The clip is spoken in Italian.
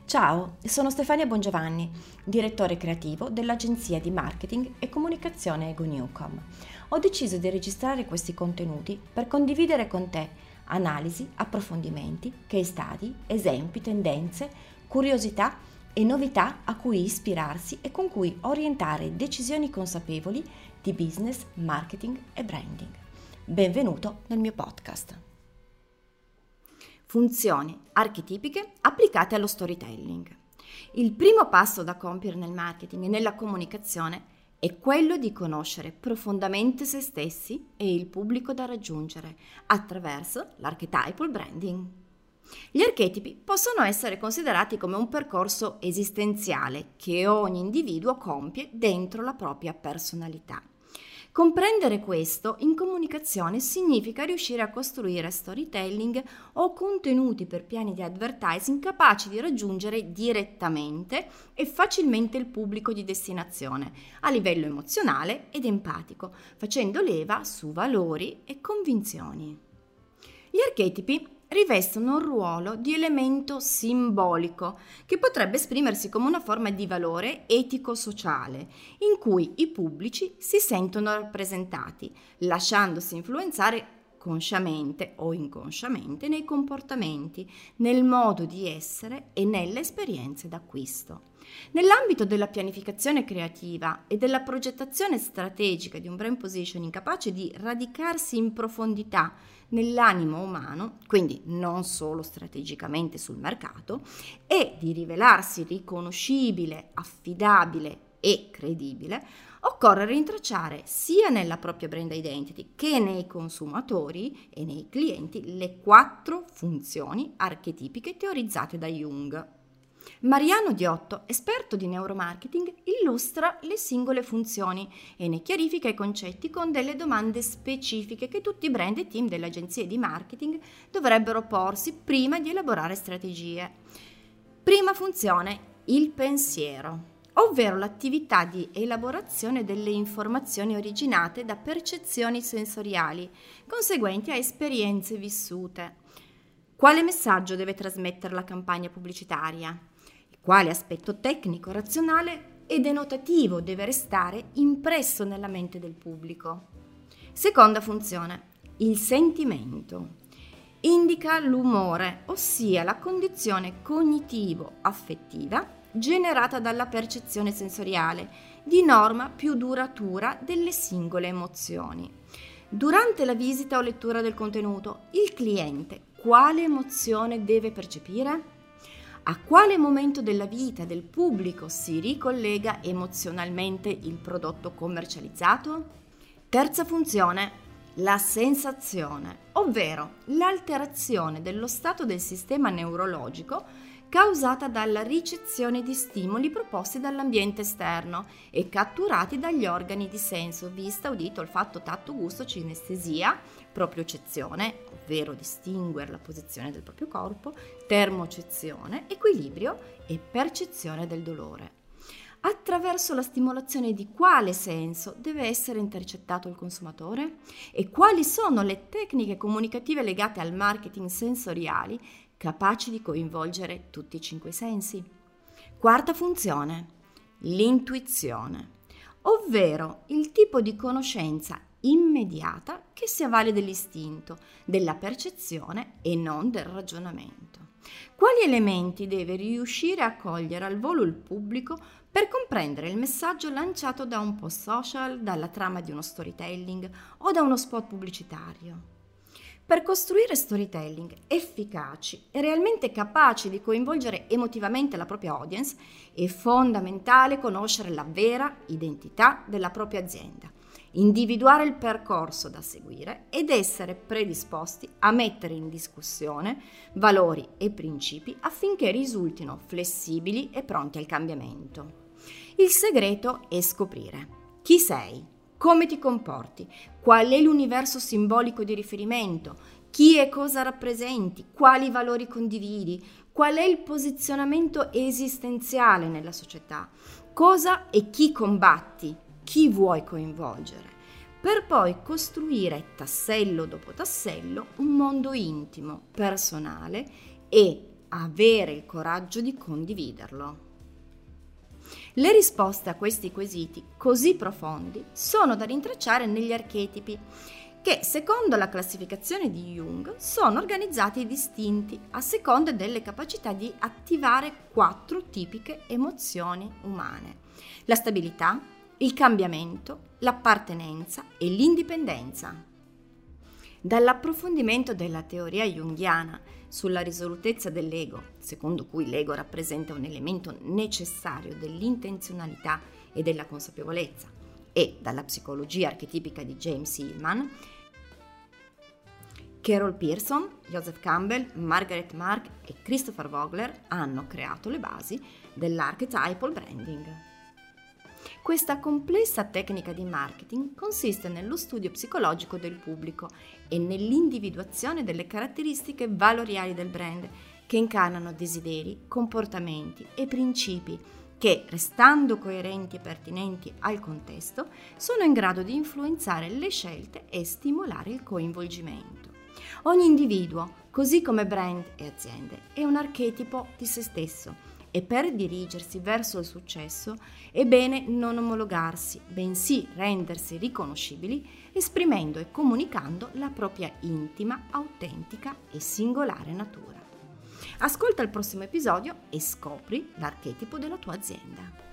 Ciao, sono Stefania Bongiovanni, direttore creativo dell'agenzia di marketing e comunicazione Ego Newcom. Ho deciso di registrare questi contenuti per condividere con te analisi, approfondimenti, case study, esempi, tendenze, curiosità e novità a cui ispirarsi e con cui orientare decisioni consapevoli di business, marketing e branding. Benvenuto nel mio podcast. Funzioni archetipiche applicate allo storytelling. Il primo passo da compiere nel marketing e nella comunicazione è quello di conoscere profondamente se stessi e il pubblico da raggiungere attraverso l'archetypal branding. Gli archetipi possono essere considerati come un percorso esistenziale che ogni individuo compie dentro la propria personalità. Comprendere questo in comunicazione significa riuscire a costruire storytelling o contenuti per piani di advertising capaci di raggiungere direttamente e facilmente il pubblico di destinazione a livello emozionale ed empatico, facendo leva su valori e convinzioni. Gli archetipi rivestono un ruolo di elemento simbolico che potrebbe esprimersi come una forma di valore etico-sociale in cui i pubblici si sentono rappresentati, lasciandosi influenzare consciamente o inconsciamente nei comportamenti, nel modo di essere e nelle esperienze d'acquisto. Nell'ambito della pianificazione creativa e della progettazione strategica di un brand positioning capace di radicarsi in profondità nell'animo umano, quindi non solo strategicamente sul mercato, e di rivelarsi riconoscibile, affidabile e credibile, occorre rintracciare sia nella propria brand identity che nei consumatori e nei clienti le 4 funzioni archetipiche teorizzate da Jung. Mariano Diotto, esperto di neuromarketing, illustra le singole funzioni e ne chiarifica i concetti con delle domande specifiche che tutti i brand e team delle agenzie di marketing dovrebbero porsi prima di elaborare strategie. Prima funzione, il pensiero, ovvero l'attività di elaborazione delle informazioni originate da percezioni sensoriali, conseguenti a esperienze vissute. Quale messaggio deve trasmettere la campagna pubblicitaria? Quale aspetto tecnico, razionale e denotativo deve restare impresso nella mente del pubblico? Seconda funzione, il sentimento. Indica l'umore, ossia la condizione cognitivo-affettiva generata dalla percezione sensoriale, di norma più duratura delle singole emozioni. Durante la visita o lettura del contenuto, il cliente quale emozione deve percepire? A quale momento della vita del pubblico si ricollega emozionalmente il prodotto commercializzato? Terza funzione, la sensazione, ovvero l'alterazione dello stato del sistema neurologico causata dalla ricezione di stimoli proposti dall'ambiente esterno e catturati dagli organi di senso, vista, udito, olfatto, tatto, gusto, cinestesia, propriocezione, ovvero distinguere la posizione del proprio corpo, termocezione, equilibrio e percezione del dolore. Attraverso la stimolazione di quale senso deve essere intercettato il consumatore? E quali sono le tecniche comunicative legate al marketing sensoriali capaci di coinvolgere tutti i 5 sensi? Quarta funzione, l'intuizione, ovvero il tipo di conoscenza immediata che si avvale dell'istinto, della percezione e non del ragionamento. Quali elementi deve riuscire a cogliere al volo il pubblico per comprendere il messaggio lanciato da un post social, dalla trama di uno storytelling o da uno spot pubblicitario? Per costruire storytelling efficaci e realmente capaci di coinvolgere emotivamente la propria audience è fondamentale conoscere la vera identità della propria azienda, individuare il percorso da seguire ed essere predisposti a mettere in discussione valori e principi affinché risultino flessibili e pronti al cambiamento. Il segreto è scoprire chi sei, come ti comporti, qual è l'universo simbolico di riferimento, chi e cosa rappresenti, quali valori condividi, qual è il posizionamento esistenziale nella società, cosa e chi combatti, chi vuoi coinvolgere, per poi costruire tassello dopo tassello un mondo intimo, personale e avere il coraggio di condividerlo. Le risposte a questi quesiti così profondi sono da rintracciare negli archetipi, che secondo la classificazione di Jung sono organizzati e distinti a seconda delle capacità di attivare 4 tipiche emozioni umane: la stabilità, il cambiamento, l'appartenenza e l'indipendenza. Dall'approfondimento della teoria junghiana sulla risolutezza dell'ego, secondo cui l'ego rappresenta un elemento necessario dell'intenzionalità e della consapevolezza, e dalla psicologia archetipica di James Hillman, Carol Pearson, Joseph Campbell, Margaret Mark e Christopher Vogler hanno creato le basi dell'archetypal branding. Questa complessa tecnica di marketing consiste nello studio psicologico del pubblico e nell'individuazione delle caratteristiche valoriali del brand, che incarnano desideri, comportamenti e principi che, restando coerenti e pertinenti al contesto, sono in grado di influenzare le scelte e stimolare il coinvolgimento. Ogni individuo, così come brand e aziende, è un archetipo di se stesso, e per dirigersi verso il successo è bene non omologarsi, bensì rendersi riconoscibili, esprimendo e comunicando la propria intima, autentica e singolare natura. Ascolta il prossimo episodio e scopri l'archetipo della tua azienda.